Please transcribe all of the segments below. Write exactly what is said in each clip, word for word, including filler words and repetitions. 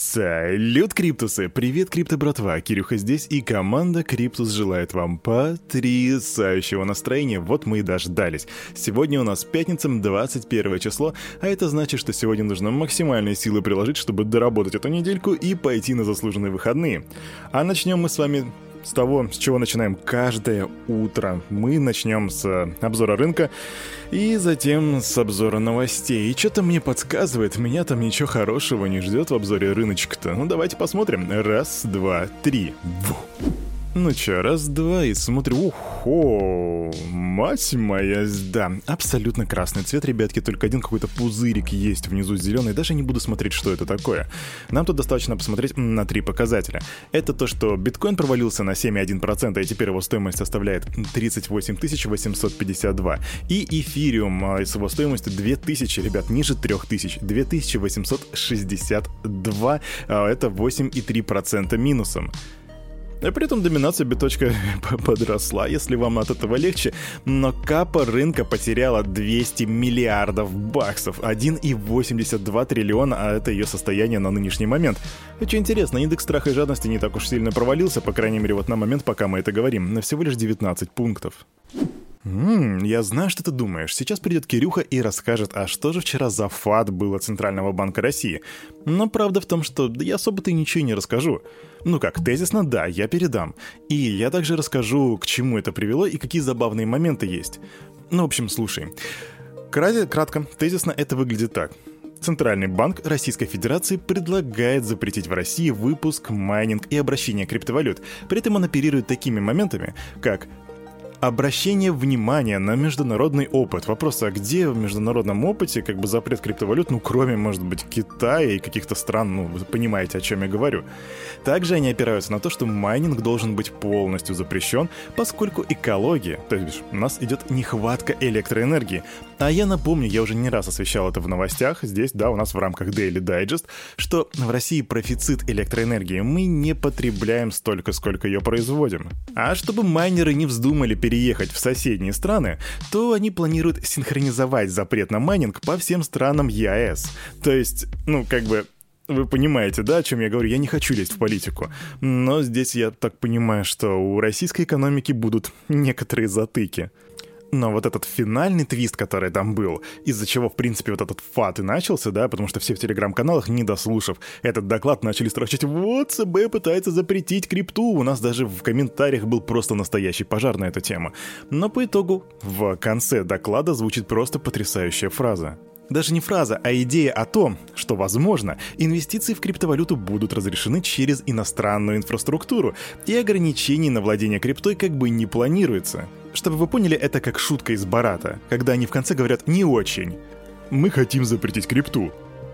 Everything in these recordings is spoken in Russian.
Салют, Криптусы! Привет, Крипто братва! Кирюха здесь, и команда Криптус желает вам потрясающего настроения. Вот мы и дождались. Сегодня у нас пятница, двадцать первое число, а это значит, что сегодня нужно максимальные силы приложить, чтобы доработать эту недельку и пойти на заслуженные выходные. А начнем мы с вами с того, с чего начинаем каждое утро. Мы начнем с обзора рынка и затем с обзора новостей. И что-то мне подсказывает, меня там ничего хорошего не ждет в обзоре рыночка-то. Ну давайте посмотрим. Раз, два, три. Ву. Ну чё, раз-два, и смотрю, ухо, мать моя, да, абсолютно красный цвет, ребятки, только один какой-то пузырик есть внизу зеленый, даже не буду смотреть, что это такое. Нам тут достаточно посмотреть на три показателя. Это то, что биткоин провалился на семь целых одна десятая процента, и теперь его стоимость составляет тридцать восемь тысяч восемьсот пятьдесят два. И эфириум с его стоимостью две тысячи, ребят, ниже три тысячи, две тысячи восемьсот шестьдесят два, это восемь целых три десятых процента минусом. А при этом доминация биточка подросла, если вам от этого легче. Но капа рынка потеряла двести миллиардов баксов, один целых восемьдесят два триллиона, а это ее состояние на нынешний момент. Очень интересно, индекс страха и жадности не так уж сильно провалился, по крайней мере вот на момент, пока мы это говорим, на всего лишь девятнадцать пунктов. Ммм, я знаю, что ты думаешь. Сейчас придет Кирюха и расскажет, а что же вчера за фат было Центрального банка России. Но правда в том, что да я особо-то ничего не расскажу. Ну как, тезисно, да, я передам. И я также расскажу, к чему это привело и какие забавные моменты есть. Ну, в общем, слушай. Кратко, тезисно это выглядит так. Центральный банк Российской Федерации предлагает запретить в России выпуск, майнинг и обращение криптовалют. При этом он оперирует такими моментами, как обращение внимания на международный опыт. Вопрос, а где в международном опыте как бы запрет криптовалют, ну кроме, может быть, Китая и каких-то стран, ну вы понимаете, о чем я говорю. Также они опираются на то, что майнинг должен быть полностью запрещен, поскольку экология, то есть у нас идет нехватка электроэнергии. А я напомню, я уже не раз освещал это в новостях, здесь, да, у нас в рамках Daily Digest, что в России профицит электроэнергии, мы не потребляем столько, сколько ее производим. А чтобы майнеры не вздумали перейти переехать в соседние страны, то они планируют синхронизовать запрет на майнинг по всем странам ЕАЭС. То есть, ну, как бы, вы понимаете, да, о чем я говорю? Я не хочу лезть в политику. Но здесь я так понимаю, что у российской экономики будут некоторые затыки. Но вот этот финальный твист, который там был, из-за чего, в принципе, вот этот фат и начался, да, потому что все в телеграм-каналах, не дослушав этот доклад, начали строчить: вот, ЦБ пытается запретить крипту. У нас даже в комментариях был просто настоящий пожар на эту тему. Но по итогу в конце доклада звучит просто потрясающая фраза. Даже не фраза, а идея о том, что, возможно, инвестиции в криптовалюту будут разрешены через иностранную инфраструктуру, и ограничений на владение криптой как бы не планируется. Чтобы вы поняли, это как шутка из Бората, когда они в конце говорят «не очень». Мы хотим запретить крипту.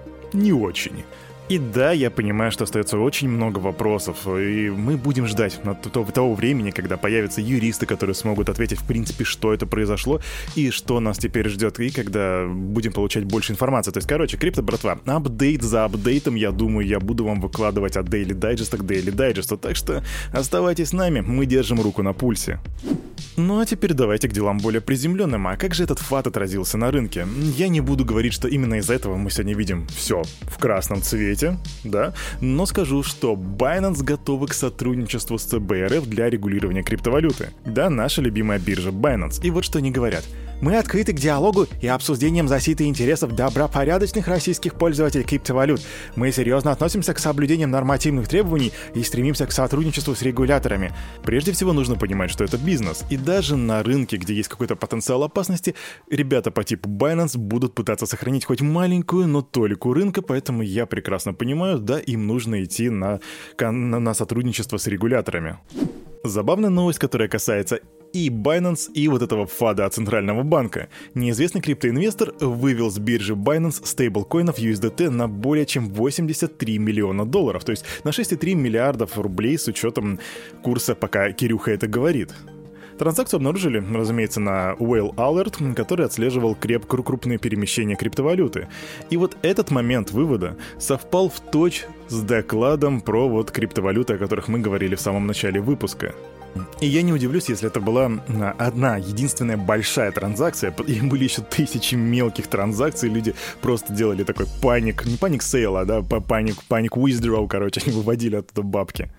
Не очень. И да, я понимаю, что остается очень много вопросов, и мы будем ждать того времени, когда появятся юристы, которые смогут ответить, в принципе, что это произошло и что нас теперь ждет, и когда будем получать больше информации. То есть, короче, крипто, братва, апдейт за апдейтом, я думаю, я буду вам выкладывать от Daily Digest к Daily Digest, так что оставайтесь с нами, мы держим руку на пульсе. Ну а теперь давайте к делам более приземленным. А как же этот фат отразился на рынке? Я не буду говорить, что именно из-за этого мы сегодня видим все в красном цвете, да, но скажу, что Binance готовы к сотрудничеству с ЦБ РФ для регулирования криптовалюты. Да, наша любимая биржа Binance. И вот что они говорят. Мы открыты к диалогу и обсуждениям защиты интересов добропорядочных российских пользователей криптовалют. Мы серьезно относимся к соблюдению нормативных требований и стремимся к сотрудничеству с регуляторами. Прежде всего нужно понимать, что это бизнес. И даже на рынке, где есть какой-то потенциал опасности, ребята по типу Binance будут пытаться сохранить хоть маленькую, но толику рынка, поэтому я прекрасно понимаю, да, им нужно идти на, на, на сотрудничество с регуляторами. Забавная новость, которая касается и Binance, и вот этого фада от Центрального банка. Неизвестный криптоинвестор вывел с биржи Binance стейблкоинов ю эс ди ти на более чем восемьдесят три миллиона долларов, то есть на шесть целых три миллиардов рублей с учетом курса, пока Кирюха это говорит. Транзакцию обнаружили, разумеется, на Whale Alert, который отслеживал креп- крупные перемещения криптовалюты. И вот этот момент вывода совпал в точь с докладом про вот криптовалюты, о которых мы говорили в самом начале выпуска. И я не удивлюсь, если это была одна, единственная большая транзакция, и были еще тысячи мелких транзакций, люди просто делали такой паник, не паник сейл, а да, паник, паник withdrawal, короче, они выводили оттуда бабки.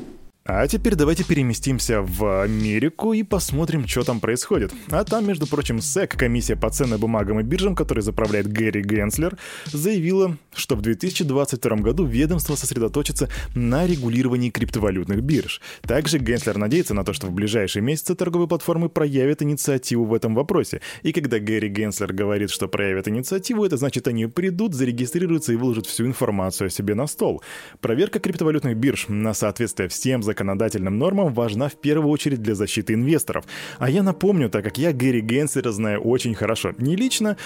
А теперь давайте переместимся в Америку и посмотрим, что там происходит. А там, между прочим, сэк, комиссия по ценным бумагам и биржам, которой заправляет Гэри Генслер, заявила, что в две тысячи двадцать втором году ведомство сосредоточится на регулировании криптовалютных бирж. Также Генслер надеется на то, что в ближайшие месяцы торговые платформы проявят инициативу в этом вопросе. И когда Гэри Генслер говорит, что проявят инициативу, это значит, они придут, зарегистрируются и выложат всю информацию о себе на стол. Проверка криптовалютных бирж на соответствие всем законодательным законодательным нормам важна в первую очередь для защиты инвесторов. А я напомню, так как я Гэри Генслера знаю очень хорошо. Не лично,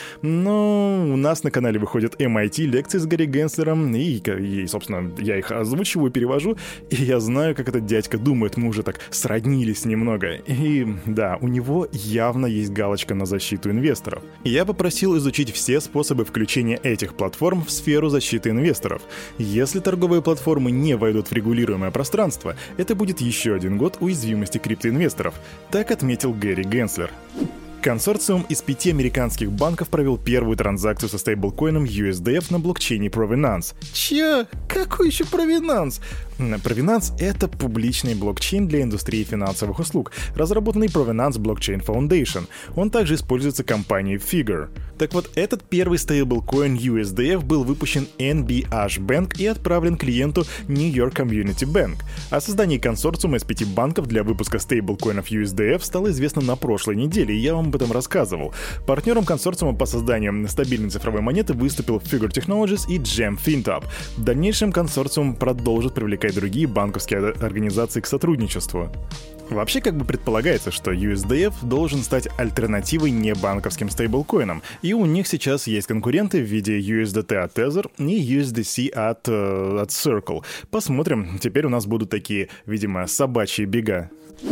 но у нас на канале выходят эм ай ти лекции с Гэри Генслером, и, и, собственно, я их озвучиваю, перевожу, и я знаю, как этот дядька думает, мы уже так сроднились немного. И да, у него явно есть галочка на защиту инвесторов. Я попросил изучить все способы включения этих платформ в сферу защиты инвесторов. Если торговые платформы не войдут в регулируемое пространство, это будет еще один год уязвимости криптоинвесторов, так отметил Гэри Генслер. Консорциум из пяти американских банков провел первую транзакцию со стейблкоином ю эс ди эф на блокчейне Provenance. Чё? Какой еще Provenance? Provenance — это публичный блокчейн для индустрии финансовых услуг, разработанный Provenance Blockchain Foundation. Он также используется компанией Figure. Так вот, этот первый стейблкоин ю эс ди эф был выпущен эн би эйч Bank и отправлен клиенту New York Community Bank. О создании консорциума из пяти банков для выпуска стейблкоинов ю эс ди эф стало известно на прошлой неделе, и я вам об этом рассказывал. Партнером консорциума по созданию стабильной цифровой монеты выступил Figure Technologies и Gem FinTop. В дальнейшем консорциум продолжит привлекать другие банковские организации к сотрудничеству. Вообще, как бы предполагается, что ю эс ди эф должен стать альтернативой небанковским стейблкоинам, и у них сейчас есть конкуренты в виде ю эс ди ти от Tether и ю эс ди си от, э, от Circle. Посмотрим, теперь у нас будут такие, видимо, собачьи бега.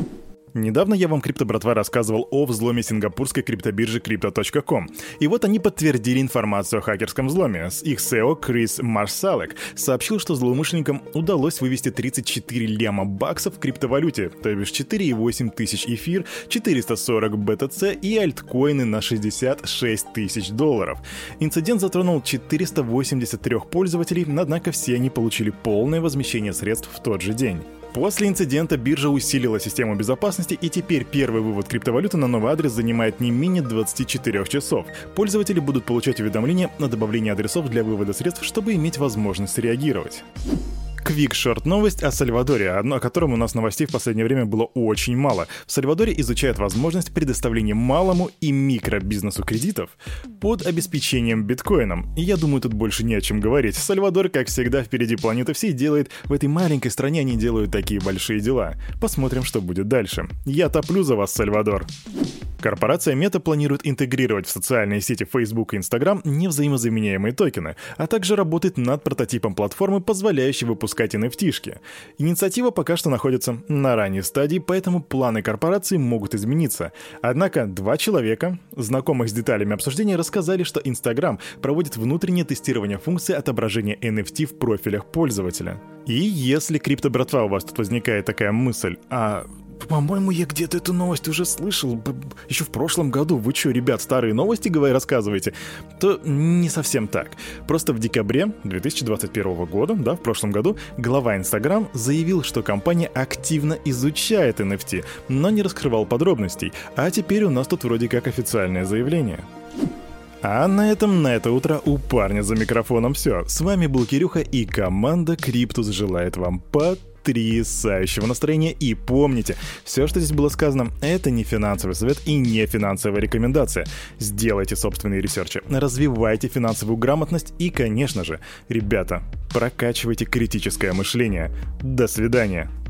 Недавно я вам, крипто-братва, рассказывал о взломе сингапурской криптобиржи крипто точка ком. И вот они подтвердили информацию о хакерском взломе. Их си и о Крис Марсалек сообщил, что злоумышленникам удалось вывести тридцать четыре ляма баксов в криптовалюте, то бишь четыре и восемь тысяч эфир, четыреста сорок би ти си и альткоины на шестьдесят шесть тысяч долларов. Инцидент затронул четыреста восемьдесят три пользователей, однако все они получили полное возмещение средств в тот же день. После инцидента биржа усилила систему безопасности, и теперь первый вывод криптовалюты на новый адрес занимает не менее двадцати четырёх часов. Пользователи будут получать уведомления о добавлении адресов для вывода средств, чтобы иметь возможность реагировать. Квик-шорт новость о Сальвадоре, о котором у нас новостей в последнее время было очень мало. В Сальвадоре изучают возможность предоставления малому и микробизнесу кредитов под обеспечением биткоином. И я думаю, тут больше не о чем говорить. Сальвадор, как всегда, впереди планеты всей делает. В этой маленькой стране они делают такие большие дела. Посмотрим, что будет дальше. Я топлю за вас, Сальвадор. Корпорация Meta планирует интегрировать в социальные сети Facebook и Instagram невзаимозаменяемые токены, а также работает над прототипом платформы, позволяющей выпускать эн эф ти-шки. Инициатива пока что находится на ранней стадии, поэтому планы корпорации могут измениться. Однако два человека, знакомых с деталями обсуждения, рассказали, что Instagram проводит внутреннее тестирование функции отображения эн эф ти в профилях пользователя. И если, крипто-братва, у вас тут возникает такая мысль, а... По-моему, я где-то эту новость уже слышал, еще в прошлом году. Вы что, ребят, старые новости, говоря, рассказываете? То не совсем так. Просто в декабре две тысячи двадцать первого года, да, в прошлом году, глава Instagram заявил, что компания активно изучает эн эф ти, но не раскрывал подробностей. А теперь у нас тут вроде как официальное заявление. А на этом на это утро у парня за микрофоном все. С вами был Кирюха, и команда Криптус желает вам под потрясающего настроения. И помните, все, что здесь было сказано, это не финансовый совет и не финансовая рекомендация. Сделайте собственные ресерчи, развивайте финансовую грамотность и, конечно же, ребята, прокачивайте критическое мышление. До свидания.